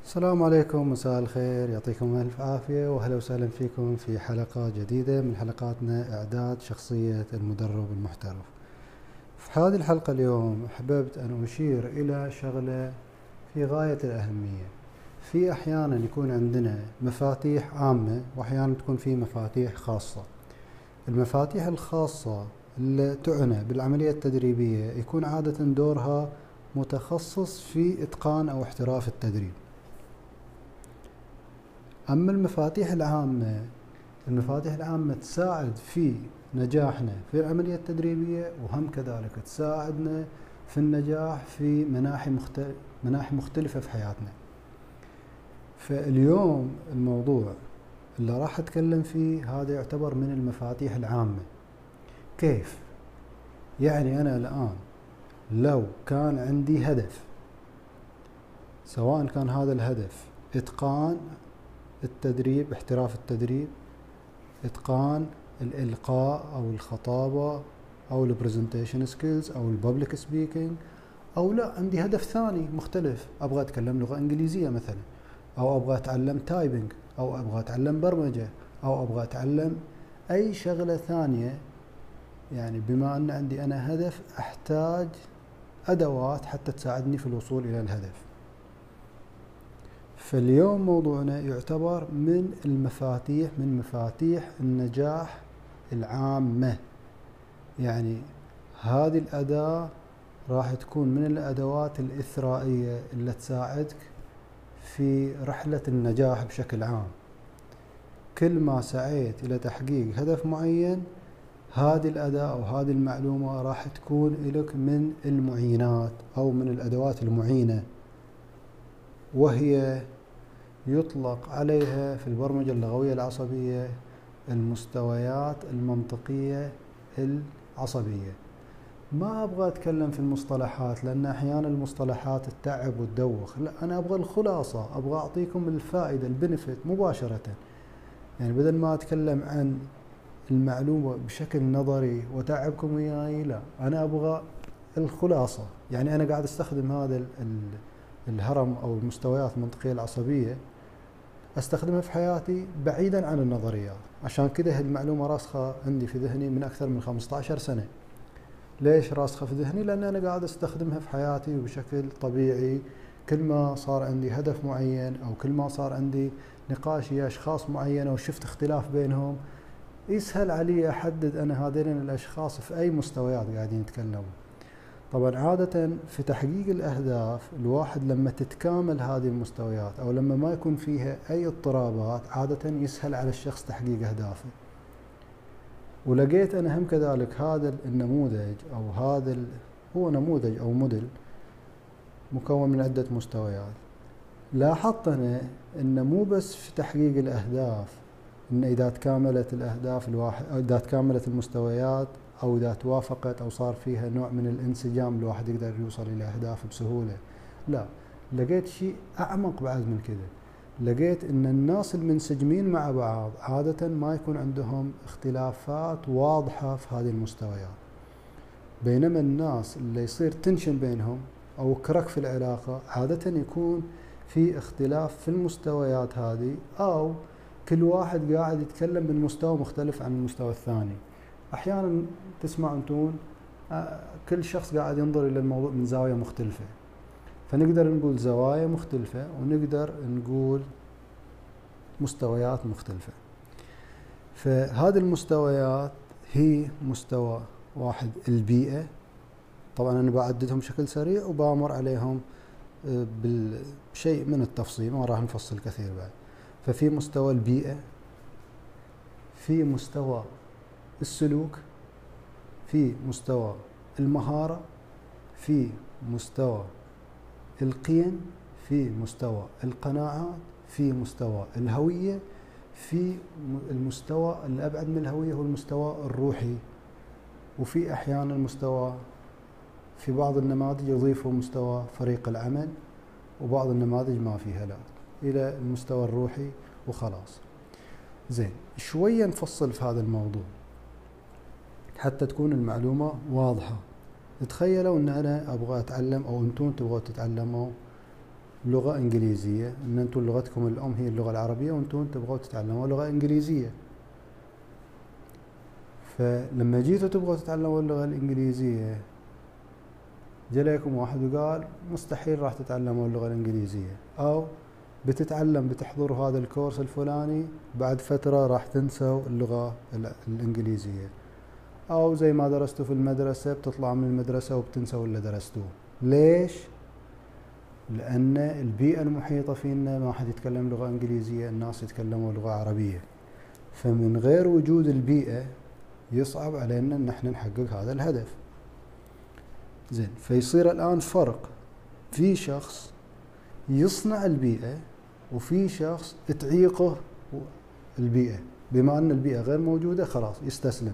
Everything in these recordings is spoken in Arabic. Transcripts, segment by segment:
السلام عليكم، مساء الخير، يعطيكم ألف عافية وأهلا وسهلا فيكم في حلقة جديدة من حلقاتنا إعداد شخصية المدرب المحترف. في هذه الحلقة اليوم أحببت أن أشير إلى شغلة في غاية الأهمية. في أحيانا يكون عندنا مفاتيح عامة وأحيانا تكون في مفاتيح خاصة. المفاتيح الخاصة اللي تعنى بالعملية التدريبية يكون عادة دورها متخصص في إتقان أو احتراف التدريب. أما المفاتيح العامة تساعد في نجاحنا في العملية التدريبية، وهم كذلك تساعدنا في النجاح في مناحي مختلفة في حياتنا. فاليوم الموضوع اللي راح أتكلم فيه هذا يعتبر من المفاتيح العامة. كيف؟ يعني أنا الآن لو كان عندي هدف، سواء كان هذا الهدف إتقان التدريب، احتراف التدريب، إتقان الإلقاء أو الخطابة أو البرزنتيشن سكيلز أو الببليك سبيكينج، أو لا عندي هدف ثاني مختلف، أبغى أتكلم لغة إنجليزية مثلا، أو أبغى أتعلم تايبنج، أو أبغى أتعلم برمجة، أو أبغى أتعلم أي شغلة ثانية. يعني بما أن عندي أنا هدف أحتاج أدوات حتى تساعدني في الوصول إلى الهدف. فاليوم موضوعنا يعتبر من مفاتيح النجاح العامة. يعني هذه الأداة راح تكون من الأدوات الإثرائية اللي تساعدك في رحلة النجاح بشكل عام. كل ما سعيت إلى تحقيق هدف معين، هذه الأداة أو هذه المعلومة راح تكون لك من المعينات أو من الأدوات المعينة، وهي يطلق عليها في البرمجة اللغوية العصبية المستويات المنطقية العصبية. ما أبغى أتكلم في المصطلحات لأن أحيانا المصطلحات تتعب وتدوخ، لا أنا أبغى الخلاصة، أبغى أعطيكم الفائدة البنفيت مباشرة. يعني بدل ما أتكلم عن المعلومة بشكل نظري وتعبكم وياي، لا أنا أبغى الخلاصة. يعني أنا قاعد أستخدم هذا الهرم أو المستويات المنطقية العصبية، استخدمها في حياتي بعيدا عن النظريات. عشان كده المعلومة راسخة عندي في ذهني من أكثر من 15 سنة. ليش راسخة في ذهني؟ لأن أنا قاعد استخدمها في حياتي بشكل طبيعي. كل ما صار عندي هدف معين أو كل ما صار عندي نقاش ويا أشخاص معينة وشفت اختلاف بينهم، يسهل علي أحدد أنا هذين الأشخاص في أي مستويات قاعدين يتكلموا. طبعا عادة في تحقيق الأهداف الواحد لما تتكامل هذه المستويات أو لما ما يكون فيها أي اضطرابات، عادة يسهل على الشخص تحقيق أهدافه. ولقيت أنا هم كذلك هذا النموذج أو هو نموذج أو موديل مكون من عدة مستويات. لاحظت أنا إنه مو بس في تحقيق الأهداف، إن إذا تكاملت الأهداف الواحد أو إذا تكاملت المستويات أو إذا توافقت أو صار فيها نوع من الانسجام الواحد يقدر يوصل إلى أهدافه بسهولة. لا، لقيت شيء أعمق بعد من كذا. لقيت إن الناس المنسجمين مع بعض عادة ما يكون عندهم اختلافات واضحة في هذه المستويات، بينما الناس اللي يصير تنشن بينهم أو كرك في العلاقة عادة يكون في اختلاف في المستويات هذه، أو كل واحد قاعد يتكلم من مستوى مختلف عن المستوى الثاني. أحيانا تسمع أنتون كل شخص قاعد ينظر إلى الموضوع من زاوية مختلفة، فنقدر نقول زوايا مختلفة ونقدر نقول مستويات مختلفة. فهذه المستويات هي مستوى واحد البيئة، طبعا أنا بعددهم بشكل سريع وبامر عليهم بشيء من التفصيل، ما راح نفصل كثير بعد. ففي مستوى البيئة، في مستوى السلوك، في مستوى المهارة، في مستوى القيم، في مستوى القناعات، في مستوى الهوية، في المستوى الأبعد من الهوية هو المستوى الروحي، وفي أحيانا المستوى في بعض النماذج يضيفوا مستوى فريق العمل، وبعض النماذج ما فيها لا، إلى المستوى الروحي وخلاص. زين، شوية نفصل في هذا الموضوع حتى تكون المعلومة واضحة. تخيلوا أن أنا أبغى أتعلم أو أنتم تبغوا تتعلموا لغة إنجليزية، إن أنتم لغتكم الأم هي اللغة العربية وأنتم تبغوا تتعلموا لغة إنجليزية. فلما جيتوا تبغوا تتعلموا اللغة الإنجليزية جليكم واحد وقال مستحيل راح تتعلموا اللغة الإنجليزية، أو بتحضروا هذا الكورس الفلاني بعد فترة راح تنسوا اللغة الإنجليزية، أو زي ما درستوا في المدرسة بتطلعوا من المدرسة وبتنسوا اللي درستوه. ليش؟ لأن البيئة المحيطة فينا ما حد يتكلم لغة إنجليزية، الناس يتكلموا لغة عربية، فمن غير وجود البيئة يصعب علينا أن احنا نحقق هذا الهدف. زين، فيصير الآن فرق، في شخص يصنع البيئة وفي شخص تعيقه البيئة، بما أن البيئة غير موجودة خلاص يستسلم.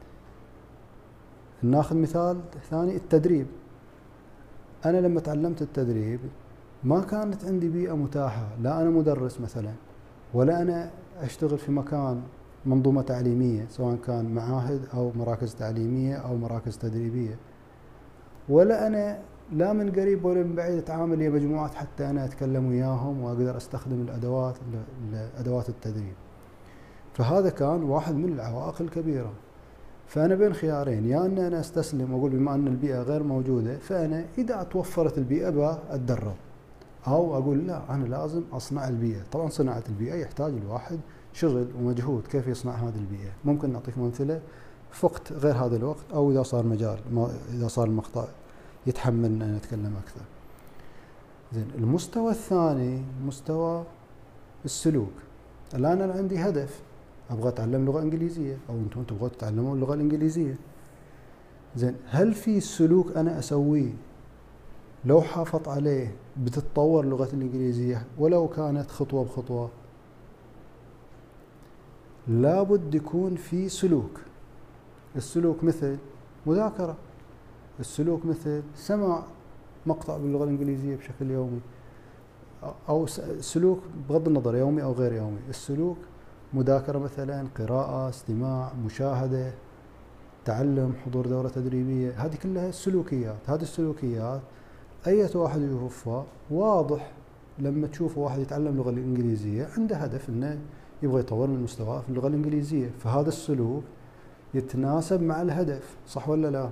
ناخذ مثال ثاني، التدريب. أنا لما تعلمت التدريب ما كانت عندي بيئة متاحة، لا أنا مدرس مثلا، ولا أنا أشتغل في مكان منظومة تعليمية سواء كان معاهد أو مراكز تعليمية أو مراكز تدريبية، ولا أنا لا من قريب ولا من بعيد أتعامل يا مجموعات حتى أنا أتكلم وياهم وأقدر أستخدم الأدوات التدريب. فهذا كان واحد من العوائق الكبيرة. فأنا بين خيارين، يا أن أنا أستسلم وأقول بما أن البيئة غير موجودة فأنا إذا توفرت البيئة بأتدرب، أو أقول لا أنا لازم أصنع البيئة. طبعا صناعة البيئة يحتاج الواحد شغل ومجهود، كيف يصنع هذه البيئة؟ ممكن نعطيك أمثلة في وقت غير هذا الوقت، أو إذا صار مجال، إذا صار المقطع يتحمل أن نتكلم أكثر. زين، المستوى الثاني مستوى السلوك. الآن أنا عندي هدف، أبغى أتعلم لغة إنجليزية، أو أنتم تبغوا تتعلموا اللغة الإنجليزية. زين، هل في سلوك أنا أسويه لو حافظت عليه بتتطور اللغة الإنجليزية ولو كانت خطوة بخطوة؟ لابد يكون في سلوك. السلوك مثل مذاكرة، السلوك مثل سماع مقطع باللغة الإنجليزية بشكل يومي، أو سلوك بغض النظر يومي أو غير يومي. السلوك مذاكرة مثلا، قراءة، استماع، مشاهدة، تعلم، حضور دورة تدريبية، هذه كلها سلوكيات. هذه السلوكيات أي واحد يشوفها واضح لما تشوف واحد يتعلم اللغة الإنجليزية عنده هدف إنه يبغى يطور من مستواه في اللغة الإنجليزية، فهذا السلوك يتناسب مع الهدف، صح ولا لا؟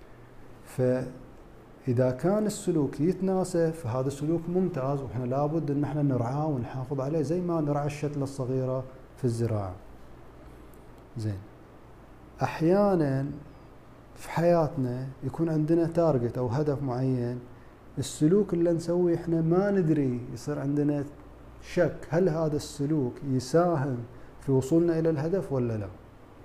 فإذا كان السلوك يتناسب فهذا السلوك ممتاز، وإحنا لابد إن إحنا نرعاه ونحافظ عليه زي ما نرعى الشتلة الصغيرة في الزراعة. زين، أحيانا في حياتنا يكون عندنا تارجت أو هدف معين، السلوك اللي نسويه إحنا ما ندري، يصير عندنا شك هل هذا السلوك يساهم في وصولنا إلى الهدف ولا لا.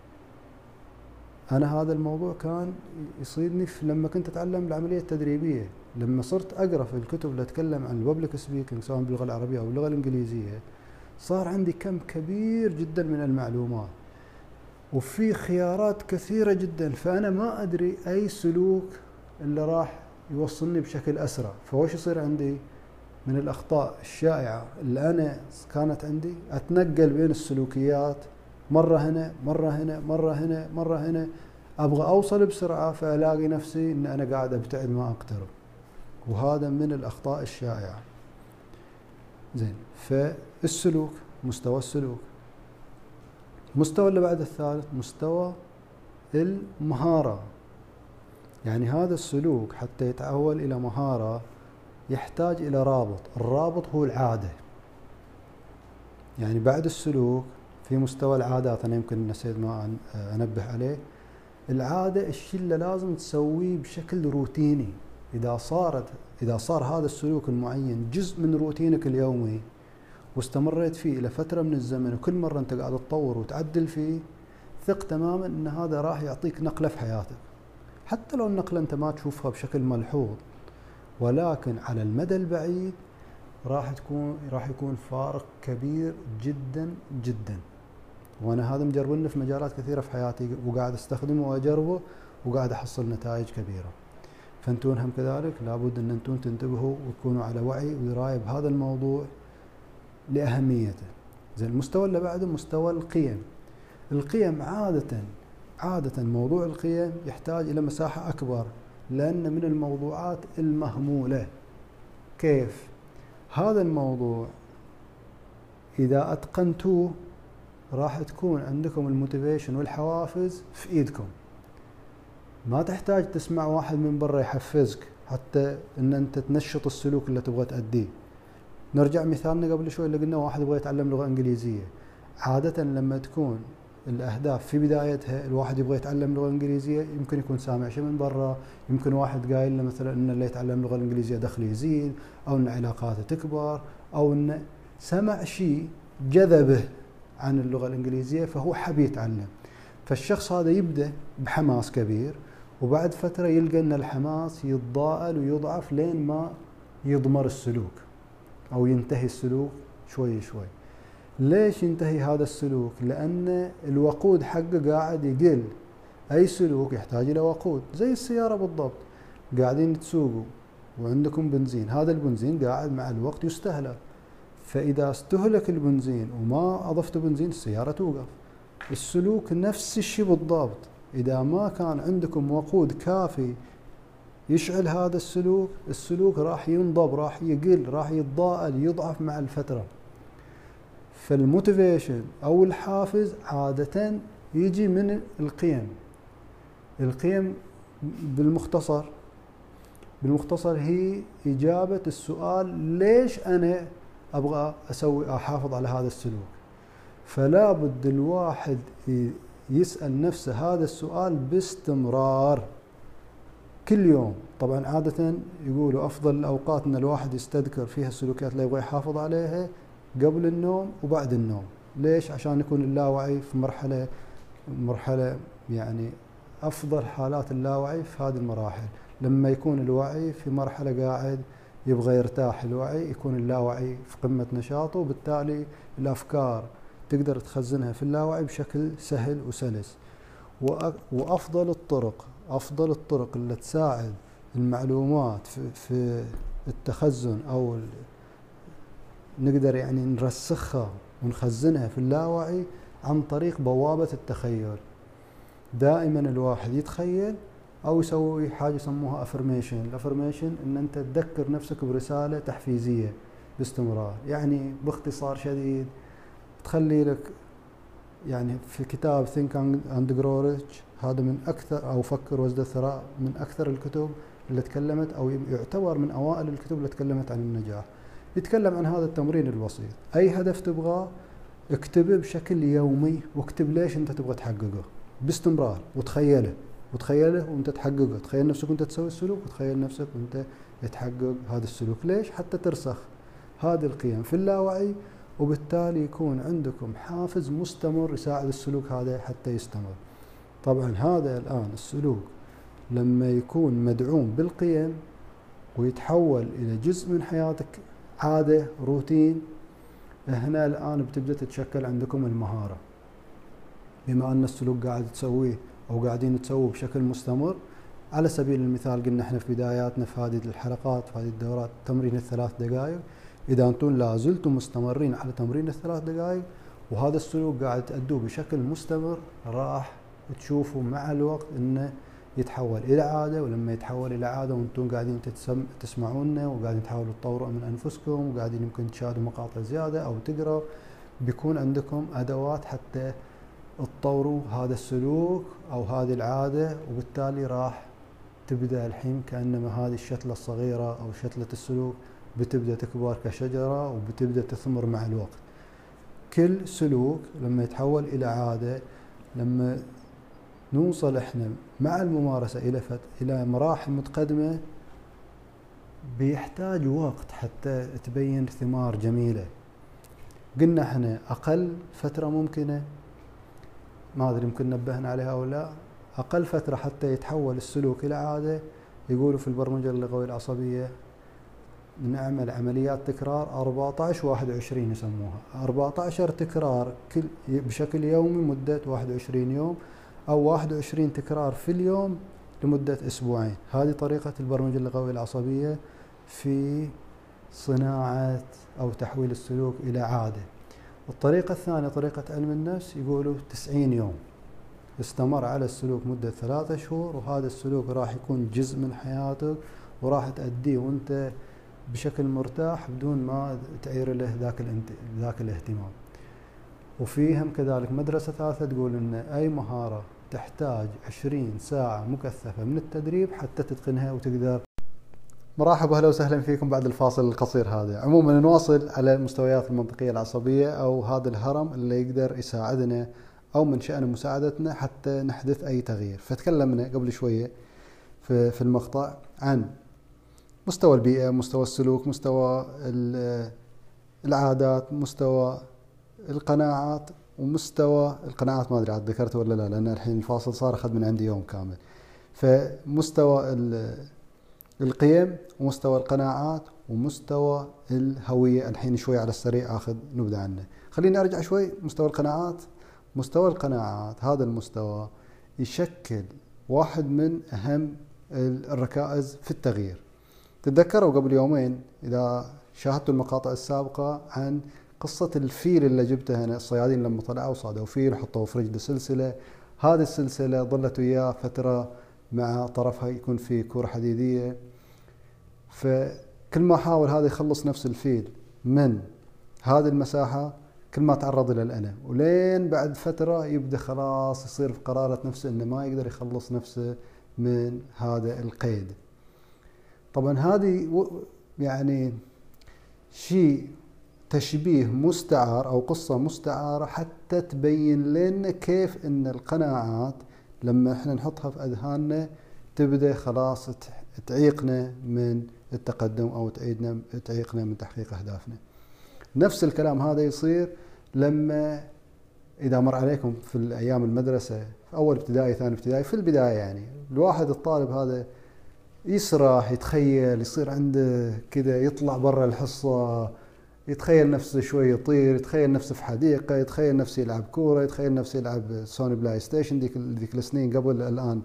أنا هذا الموضوع كان يصيدني لما كنت أتعلم العملية التدريبية، لما صرت أقرأ في الكتب اللي تتكلم عن الببليك سبيكينج سواء باللغة العربية أو باللغة الإنجليزية، صار عندي كم كبير جدا من المعلومات وفي خيارات كثيرة جدا، فأنا ما أدري أي سلوك اللي راح يوصلني بشكل أسرع. فوش يصير عندي من الأخطاء الشائعة اللي أنا كانت عندي؟ أتنقل بين السلوكيات، مرة هنا مرة هنا مرة هنا مرة هنا، أبغى أوصل بسرعة فألاقي نفسي إن أنا قاعد أبتعد ما أقترب، وهذا من الأخطاء الشائعة. زين، فالسلوك مستوى السلوك. المستوى اللي بعد الثالث مستوى المهارة. يعني هذا السلوك حتى يتحول إلى مهارة يحتاج إلى رابط، الرابط هو العادة. يعني بعد السلوك في مستوى العادات، أنا يمكن نسيت ما أنبه عليه. العادة الشيء اللي لازم تسويه بشكل روتيني. إذا صار هذا السلوك المعين جزء من روتينك اليومي واستمريت فيه إلى فترة من الزمن، وكل مرة أنت قاعد تطور وتعدل فيه، ثق تماما أن هذا راح يعطيك نقلة في حياتك، حتى لو النقلة أنت ما تشوفها بشكل ملحوظ، ولكن على المدى البعيد راح يكون فارق كبير جدا جدا. وانا هذا مجربنه في مجالات كثيره في حياتي، وقاعد استخدمه واجربه وقاعد احصل نتائج كبيره. فانتم هم كذلك لابد ان انتم تنتبهوا وتكونوا على وعي ودرايه بهذا الموضوع لاهميته. زين، المستوى اللي بعده مستوى القيم. القيم عاده موضوع القيم يحتاج الى مساحه اكبر، لان من الموضوعات المهموله. كيف؟ هذا الموضوع إذا أتقنتوه راح تكون عندكم الموتيفيشن والحوافز في إيدكم. ما تحتاج تسمع واحد من برا يحفزك حتى ان انت تنشط السلوك اللي تبغى تأديه. نرجع مثالنا قبل شوي اللي قلنا واحد يبغى يتعلم لغة انجليزية. عادة لما تكون الاهداف في بدايتها، الواحد يبغى يتعلم لغة انجليزية يمكن يكون سامع شيء من برا، يمكن واحد قايل له مثلا ان اللي يتعلم اللغة الانجليزية دخله يزيد، او ان علاقاته تكبر، او ان سمع شيء جذبه عن اللغة الانجليزية فهو حب يتعلم. فالشخص هذا يبدأ بحماس كبير، وبعد فترة يلقى ان الحماس يتضاءل ويضعف لين ما يضمر السلوك او ينتهي السلوك شوي شوي. ليش ينتهي هذا السلوك؟ لان الوقود حقه قاعد يقل. اي سلوك يحتاج الى وقود، زي السيارة بالضبط. قاعدين تسوقوا وعندكم بنزين، هذا البنزين قاعد مع الوقت يستهلك، فاذا استهلك البنزين وما اضفتوا بنزين السيارة توقف. السلوك نفس الشيء بالضبط، إذا ما كان عندكم وقود كافي يشعل هذا السلوك، السلوك راح ينضب، راح يقل، راح يتضاءل، يضعف مع الفترة. فالموتيفيشن أو الحافز عادة يجي من القيم. القيم بالمختصر هي إجابة السؤال ليش أنا أبغى أحافظ على هذا السلوك. فلا بد الواحد يسأل نفسه هذا السؤال باستمرار كل يوم. طبعا عادة يقولوا أفضل الأوقات أن الواحد يستذكر فيها السلوكيات اللي يبغى يحافظ عليها قبل النوم وبعد النوم. ليش؟ عشان يكون اللاوعي في مرحلة يعني أفضل حالات اللاوعي في هذه المراحل. لما يكون الوعي في مرحلة قاعد يبغى يرتاح الوعي، يكون اللاوعي في قمة نشاطه، وبالتالي الأفكار تقدر تخزنها في اللاوعي بشكل سهل وسلس. وأفضل الطرق اللي تساعد المعلومات في التخزن أو نقدر يعني نرسخها ونخزنها في اللاوعي عن طريق بوابة التخيل. دائما الواحد يتخيل أو يسوي حاجة يسموها الأفرميشن إن أنت تذكر نفسك برسالة تحفيزية باستمرار. يعني باختصار شديد تخلي لك يعني في كتاب Think and Grow Rich، هذا من أكثر، أو فكر وازدد ثراء، من أكثر الكتب اللي تكلمت أو يعتبر من أوائل الكتب اللي تكلمت عن النجاح. يتكلم عن هذا التمرين البسيط. أي هدف تبغاه اكتبه بشكل يومي، واكتب ليش أنت تبغى تحققه باستمرار، وتخيله وأنت تحققه. تخيل نفسك وأنت تسوي السلوك، وتخيل نفسك وأنت تحقق هذا السلوك. ليش؟ حتى ترسخ هذه القيم في اللاوعي، وبالتالي يكون عندكم حافز مستمر يساعد السلوك هذا حتى يستمر. طبعا هذا الآن السلوك لما يكون مدعوم بالقيم ويتحول إلى جزء من حياتك، عادة، روتين، هنا الآن بتبدأ تتشكل عندكم المهارة. بما أن السلوك قاعد تسويه أو قاعدين تسووه بشكل مستمر. على سبيل المثال قلنا احنا في بداياتنا في هذه الحلقات، في هذه الدورات، تمرين الثلاث دقائق. إذا أنتم لا زلتم مستمرين على تمرين الثلاث دقائق وهذا السلوك قاعد تأدوه بشكل مستمر، راح تشوفوا مع الوقت إنه يتحول إلى عادة. ولما يتحول إلى عادة وأنتم قاعدين تسمعونا وقاعدين تحاولوا تطوروا من أنفسكم وقاعدين يمكن تشاهدوا مقاطع زيادة أو تقرأوا، بيكون عندكم أدوات حتى تطوروا هذا السلوك أو هذه العادة. وبالتالي راح تبدأ الحين كأنما هذه الشتلة الصغيرة أو شتلة السلوك بتبدأ تكبر كشجرة وبتبدأ تثمر مع الوقت. كل سلوك لما يتحول إلى عادة، لما نوصل احنا مع الممارسة إلى مراحل متقدمة، بيحتاج وقت حتى تبين ثمار جميلة. قلنا احنا أقل فترة ممكنة، ما أدري يمكن نبهنا عليها أو لا، أقل فترة حتى يتحول السلوك إلى عادة. يقولوا في البرمجة اللغوية العصبية نعمل عمليات تكرار 14 و21 يسموها. 14 تكرار بشكل يومي مدة 21 يوم، أو 21 تكرار في اليوم لمدة أسبوعين. هذه طريقة البرمجة اللغوية العصبية في صناعة أو تحويل السلوك إلى عادة. الطريقة الثانية طريقة علم النفس، يقولوا 90 يوم. استمر على السلوك مدة 3 شهور، وهذا السلوك راح يكون جزء من حياتك وراح تأديه وانت بشكل مرتاح بدون ما تعير له ذاك الاهتمام. وفي هم كذلك مدرسة ثالثة تقول أن أي مهارة تحتاج 20 ساعة مكثفة من التدريب حتى تتقنها وتقدر. مرحبا وأهلا وسهلا فيكم بعد الفاصل القصير هذا. عموما نواصل على المستويات المنطقية العصبية أو هذا الهرم اللي يقدر يساعدنا أو من شأنه مساعدتنا حتى نحدث أي تغيير. فتكلمنا قبل شوية في المقطع عن مستوى البيئة، مستوى السلوك، مستوى العادات، مستوى القناعات، ومستوى القناعات ما أدري عاد ذكرته ولا لا، لأن الحين الفاصل صار أخذ من عندي يوم كامل. فمستوى القيم ومستوى القناعات ومستوى الهوية الحين شوي على السريع أخذ نبذة عنه. خليني أرجع شوي. مستوى القناعات. مستوى القناعات هذا المستوى يشكل واحد من أهم الركائز في التغيير. تتذكروا قبل يومين إذا شاهدتوا المقاطع السابقة عن قصة الفيل اللي جبته هنا، الصيادين لما طلعوا صادوا فيل حطوه في رجل سلسلة، هذه السلسلة ظلت وياه فترة مع طرفها يكون في كورة حديدية، فكل ما حاول هذا يخلص نفس الفيل من هذه المساحة كل ما تعرض إلى الأنا، ولين بعد فترة يبدأ خلاص يصير في قرارة نفسه إنه ما يقدر يخلص نفسه من هذا القيد. طبعا هذه يعني شيء تشبيه مستعار أو قصة مستعارة حتى تبين لنا كيف إن القناعات لما إحنا نحطها في أذهاننا تبدأ خلاص تعيقنا من التقدم أو تعيقنا من تحقيق أهدافنا. نفس الكلام هذا يصير لما إذا مر عليكم في الأيام المدرسة في أول ابتدائي ثاني ابتدائي، في البداية يعني الواحد الطالب هذا يسرح يتخيل، يصير عنده كذا يطلع برا الحصة، يتخيل نفسه شوي يطير، يتخيل نفسه في حديقة، يتخيل نفسه يلعب كورة، يتخيل نفسه يلعب سوني بلاي ستيشن ديك السنين قبل الآن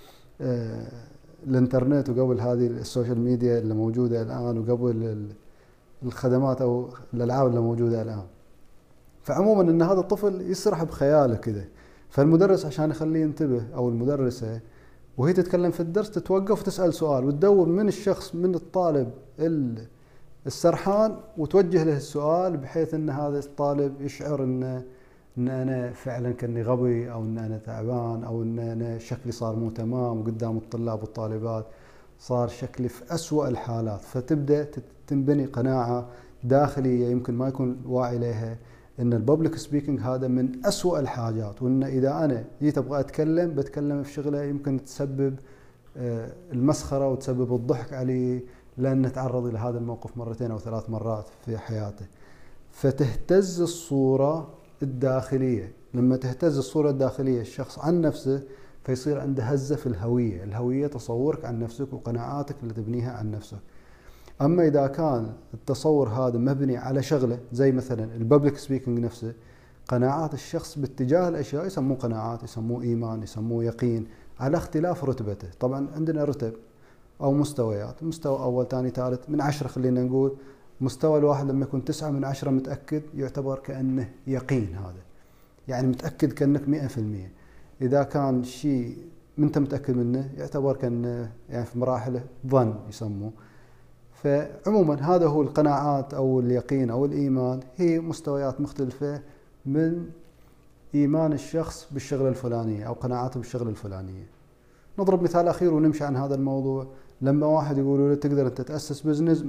الانترنت وقبل هذه السوشيال ميديا اللي موجودة الآن وقبل الخدمات أو الألعاب اللي موجودة الآن. فعموما أن هذا الطفل يسرح بخياله كذا، فالمدرس عشان يخليه ينتبه أو المدرسة وهي تتكلم في الدرس تتوقف وتسأل سؤال وتدور من الشخص من الطالب السرحان وتوجه له السؤال بحيث أن هذا الطالب يشعر أن أنا فعلا كأني غبي أو أن أنا تعبان أو أن أنا شكلي صار مو تمام وقدام الطلاب والطالبات صار شكلي في أسوأ الحالات. فتبدأ تنبني قناعة داخلية يمكن ما يكون واعي لها ان الببليك سبيكينج هذا من أسوأ الحاجات، وان اذا انا جيت ابغى اتكلم بتكلم في شغله يمكن تسبب المسخرة وتسبب الضحك عليه لأنه تعرض إلى هذا الموقف مرتين أو 3 مرات في حياته. فتهتز الصورة الداخلية. لما تهتز الصورة الداخلية الشخص عن نفسه فيصير عنده هزة في الهوية. الهوية تصورك عن نفسك وقناعاتك اللي تبنيها عن نفسك. أما إذا كان التصور هذا مبني على شغلة زي مثلا الببليك سبيكينج نفسه، قناعات الشخص باتجاه الأشياء يسموه قناعات، يسموه إيمان، يسموه يقين على اختلاف رتبته. طبعا عندنا رتب أو مستويات، مستوى أول ثاني ثالث من 10 خلينا نقول. مستوى الواحد لما يكون 9 من 10 متأكد يعتبر كأنه يقين، هذا يعني متأكد كأنك 100%. إذا كان شيء أنت متأكد منه يعتبر كأنه يعني في مراحله ظن يسموه. فعموما هذا هو القناعات أو اليقين أو الإيمان، هي مستويات مختلفة من إيمان الشخص بالشغلة الفلانية أو قناعاته بالشغلة الفلانية. نضرب مثال أخير ونمشي عن هذا الموضوع. لما واحد يقولوا له تقدر أنت تأسس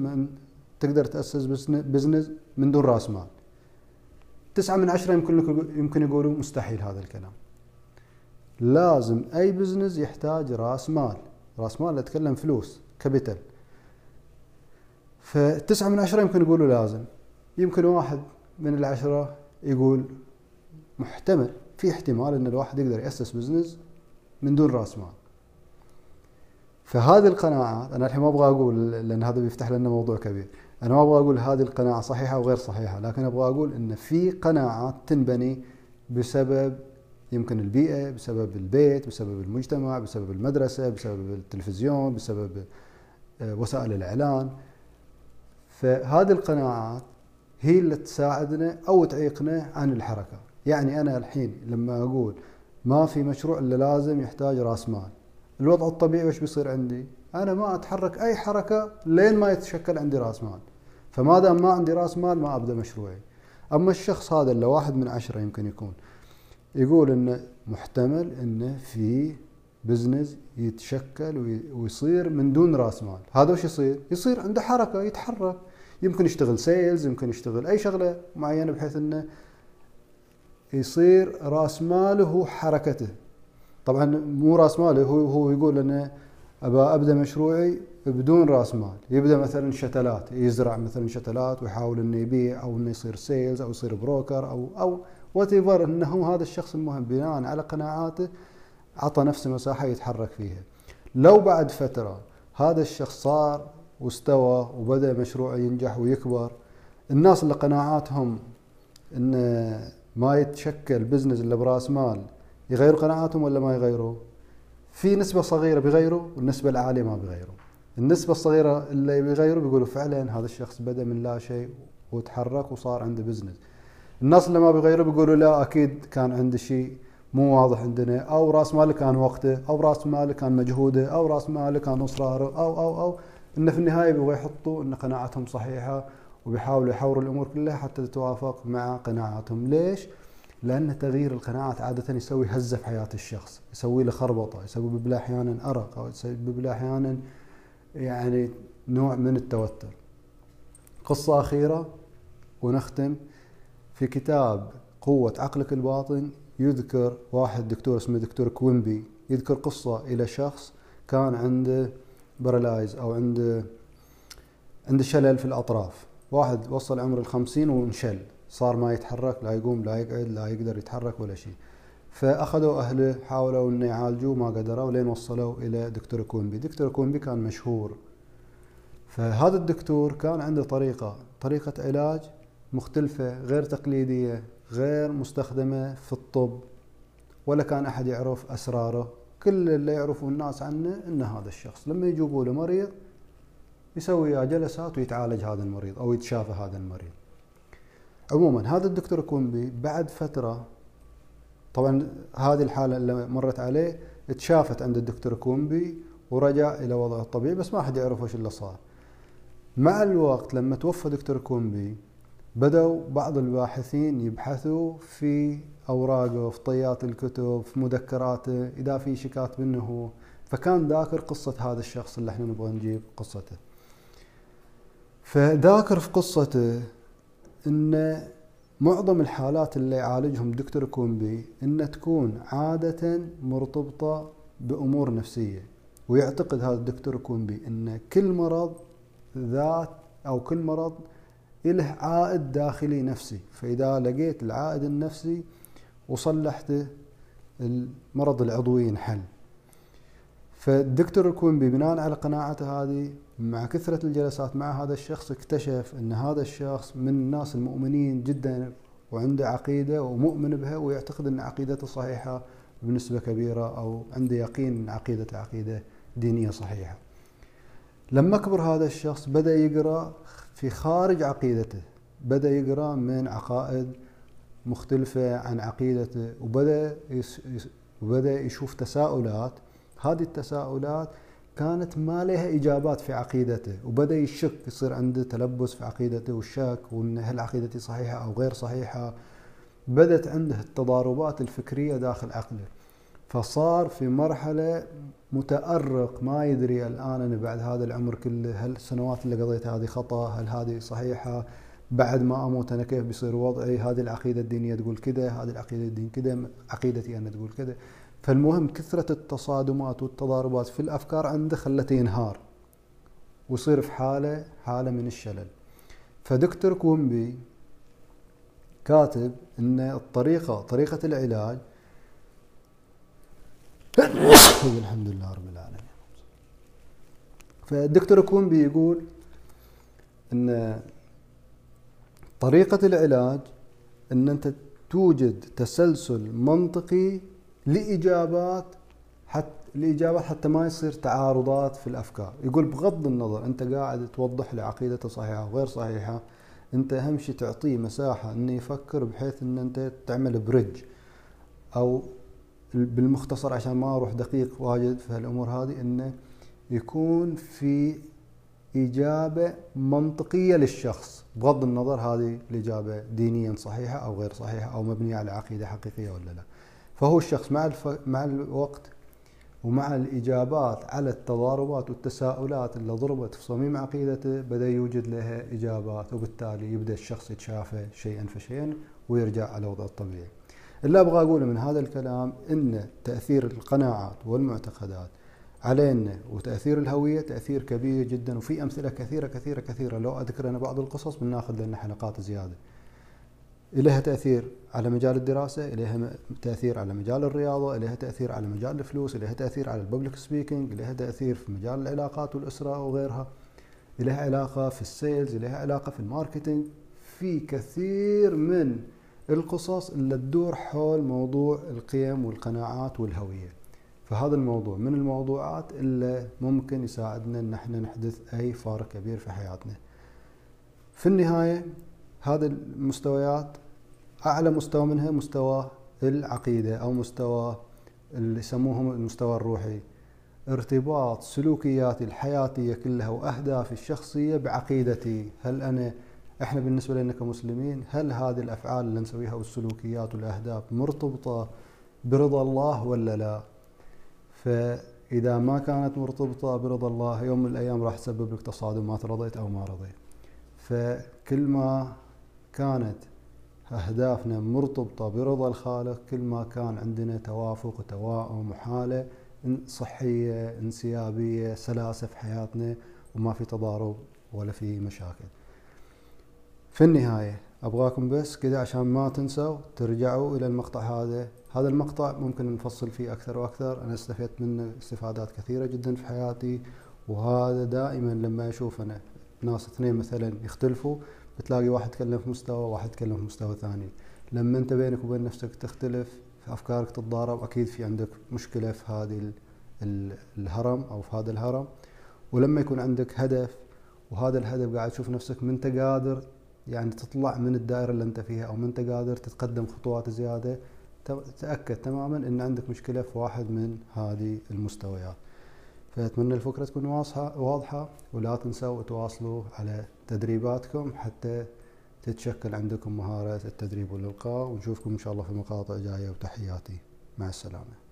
بزنس من دون رأس مال، 9 من 10 يمكن يقولوا مستحيل هذا الكلام. لازم أي بزنس يحتاج رأس مال. رأس مال أتكلم فلوس، كابيتال. ف9 من 10 يمكن يقولوا لازم. يمكن 1 من 10 يقول محتمل، في احتمال أن الواحد يقدر يأسس بزنس من دون رأس مال. فهذه القناعات أنا الحين ما أبغى أقول، لأن هذا بيفتح لنا موضوع كبير، أنا ما أبغى أقول هذه القناعة صحيحة وغير صحيحة، لكن أبغى أقول أن في قناعات تنبني بسبب يمكن البيئة، بسبب البيت، بسبب المجتمع، بسبب المدرسة، بسبب التلفزيون، بسبب وسائل الإعلان. فهذه القناعات هي اللي تساعدنا أو تعيقنا عن الحركة. يعني أنا الحين لما أقول ما في مشروع إلا لازم يحتاج رأس مال، الوضع الطبيعي وش بيصير عندي؟ أنا ما أتحرك أي حركة لين ما يتشكل عندي رأس مال. فما دام ما عندي رأس مال ما أبدأ مشروعي. أما الشخص هذا اللي 1 من 10 يمكن يكون يقول إنه محتمل إنه في بزنس يتشكل ويصير من دون رأس مال. هذا وش يصير؟ يصير عنده حركة، يتحرك، يمكن يشتغل سيلز، يمكن يشتغل أي شغلة معينة بحيث إنه يصير رأس ماله هو حركته. طبعا مو رأس ماله، هو يقول أنا أبدأ مشروعي بدون رأس مال. يبدأ مثلا شتلات، يزرع مثلا شتلات ويحاول إنه يبيع أو إنه يصير سيلز أو يصير بروكر أو whatever. إنه هذا الشخص المهم بناء على قناعاته عطى نفسه مساحة يتحرك فيها. لو بعد فترة هذا الشخص صار واستوى وبدأ مشروعه ينجح ويكبر، الناس اللي قناعاتهم إن ما يتشكل بزنس إلا برأس مال يغيروا قناعاتهم ولا ما يغيروا؟ في نسبة صغيرة بيغيروا والنسبة العالية ما بيغيروا. النسبة الصغيرة اللي بيغيروا بيقولوا فعلا هذا الشخص بدأ من لا شيء وتحرك وصار عنده بزنس. الناس اللي ما بيغيروا بيقولوا لا أكيد كان عنده شيء مو واضح عندنا، أو رأس ماله كان وقته، أو رأس ماله كان مجهوده، أو رأس ماله كان إصراره، أو إنه في النهاية بيبغوا يحطوا إن قناعتهم صحيحة وبيحاولوا يحوروا الأمور كلها حتى تتوافق مع قناعاتهم. ليش؟ لأن تغيير القناعات عادة يسوي هزة في حياة الشخص، يسوي له خربطة، يسبب له أحيانا أرق، أو يسبب له أحيانا يعني نوع من التوتر. قصة أخيرة ونختم. في كتاب قوة عقلك الباطن يذكر واحد دكتور اسمه دكتور كوينبي، يذكر قصة إلى شخص كان عنده بارالايز أو عنده شلل في الأطراف. واحد وصل عمر 50 وانشل، صار ما يتحرك، لا يقوم لا يقعد لا يقدر يتحرك ولا شيء. فأخذوا أهله حاولوا أن يعالجوه ما قدروا لين وصلوا إلى دكتور كوينبي. دكتور كوينبي كان مشهور. فهذا الدكتور كان عنده طريقة علاج مختلفة غير تقليدية، غير مستخدمة في الطب، ولا كان أحد يعرف أسراره. كل اللي يعرفوا الناس عنه إن هذا الشخص لما يجيبوا له مريض يسوي جلسات ويتعالج هذا المريض أو يتشافى هذا المريض. عموما هذا الدكتور كوينبي بعد فترة، طبعا هذه الحالة اللي مرت عليه اتشافت عند الدكتور كوينبي ورجع إلى وضعه الطبيعي، بس ما حد يعرف وش اللي صار. مع الوقت لما توفى دكتور كوينبي بدأوا بعض الباحثين يبحثوا في أوراقه، في طيات الكتب، في مذكراته، إذا في شيء كاتب منه هو. فكان ذاكر قصة هذا الشخص اللي احنا نبغى نجيب قصته. فذاكر في قصته إن معظم الحالات اللي يعالجهم دكتور كوينبي إن تكون عادة مرتبطة بأمور نفسية. ويعتقد هذا الدكتور كوينبي إن كل مرض ذات أو كل مرض له عائد داخلي نفسي، فإذا لقيت العائد النفسي وصلحته المرض العضوي ينحل. فالدكتور كوينبي بناء على قناعته هذه مع كثرة الجلسات مع هذا الشخص اكتشف أن هذا الشخص من الناس المؤمنين جدا وعنده عقيدة ومؤمن بها ويعتقد أن عقيدته صحيحة بنسبة كبيرة، أو عنده يقين أن عقيدته عقيدة دينية صحيحة. لما كبر هذا الشخص بدأ يقرأ في خارج عقيدته، بدأ يقرأ من عقائد مختلفة عن عقيدته، وبدأ يشوف تساؤلات. هذه التساؤلات كانت ما لها إجابات في عقيدته، وبدأ يشك، يصير عنده تلبس في عقيدته والشك، وإن هل عقيدتي صحيحة أو غير صحيحة. بدأت عنده التضاربات الفكرية داخل عقله، فصار في مرحلة متأرق ما يدري الآن أنا بعد هذا العمر كله هل السنوات اللي قضيتها هذه خطأ، هل هذه صحيحة، بعد ما أموت أنا كيف بيصير وضعي، هذه العقيدة الدينية تقول كذا، هذه العقيدة الدين كذا، عقيدتي أنا تقول كذا. فالمهم كثرة التصادمات والتضاربات في الأفكار عنده خلته ينهار ويصير في حالة من الشلل. فدكتور كوينبي كاتب أن طريقة العلاج الحمد لله رب العالمين. فالدكتور كوينبي يقول أن طريقة العلاج أن أنت توجد تسلسل منطقي لإجابات حتى ما يصير تعارضات في الأفكار. يقول بغض النظر أنت قاعد توضح له عقيدته صحيحة وغير صحيحة، أنت أهم شيء تعطيه مساحة أنه يفكر بحيث أن أنت تعمل بريدج، أو بالمختصر عشان ما أروح دقيق واجد في هالأمور هذه، أنه يكون في إجابة منطقية للشخص، بغض النظر هذه الإجابة دينيا صحيحة أو غير صحيحة أو مبنية على عقيدة حقيقية ولا لا. فهو الشخص مع الوقت ومع الإجابات على التضاربات والتساؤلات اللي ضربت في صميم عقيدته بدأ يوجد لها إجابات، وبالتالي يبدأ الشخص يتشافى شيئا فشيئا ويرجع على وضعه الطبيعي. اللي أبغى أقوله من هذا الكلام إن تأثير القناعات والمعتقدات علينا وتأثير الهوية تأثير كبير جدا، وفي أمثلة كثيرة كثيرة كثيرة لو أذكر أنا بعض القصص بناخذ لنا حلقات زيادة. إليها تأثير على مجال الدراسة، إليها تأثير على مجال الرياضة، إليها تأثير على مجال الفلوس، إليها تأثير على الببليك سبيكينج، إليها تأثير في مجال العلاقات والأسرة وغيرها، إليها علاقة في السيلز، إليها علاقة في الماركتينج. في كثير من القصص اللي تدور حول موضوع القيم والقناعات والهوية. فهذا الموضوع من الموضوعات اللي ممكن يساعدنا ان احنا نحدث اي فارق كبير في حياتنا. في النهاية هذه المستويات اعلى مستوى منها مستوى العقيدة او مستوى اللي يسموهم المستوى الروحي، ارتباط سلوكياتي الحياتية كلها واهدافي الشخصية بعقيدتي. احنا بالنسبة لنا كمسلمين هل هذه الافعال اللي نسويها والسلوكيات والاهداف مرتبطة برضا الله ولا لا؟ فإذا ما كانت مرتبطة برضا الله يوم من الأيام راح تسبب لك تصادمات، رضيت أو ما رضيت. فكل ما كانت أهدافنا مرتبطة برضا الخالق كل ما كان عندنا توافق وتوائم وحالة صحية انسيابية سلاسة في حياتنا وما في تضارب ولا في مشاكل. في النهاية أبغاكم بس كذا عشان ما تنسوا ترجعوا إلى المقطع هذا المقطع ممكن نفصل فيه أكثر وأكثر. أنا استفدت منه استفادات كثيرة جدا في حياتي، وهذا دائما لما أشوف أنا ناس اثنين مثلا يختلفوا بتلاقي واحد يتكلم في مستوى وواحد يتكلم في مستوى ثاني. لما أنت بينك وبين نفسك تختلف في أفكارك تتضارب أكيد في عندك مشكلة في هذه الهرم أو في هذا الهرم. ولما يكون عندك هدف وهذا الهدف قاعد تشوف نفسك من أنت قادر يعني تطلع من الدائرة اللي أنت فيها أو من أنت قادر تتقدم خطوات زيادة، تأكد تماما أن عندك مشكلة في واحد من هذه المستويات. فأتمنى الفكرة تكون واضحة، ولا تنسوا تواصلوا على تدريباتكم حتى تتشكل عندكم مهارة التدريب والإلقاء. ونشوفكم إن شاء الله في مقاطع جاية، وتحياتي، مع السلامة.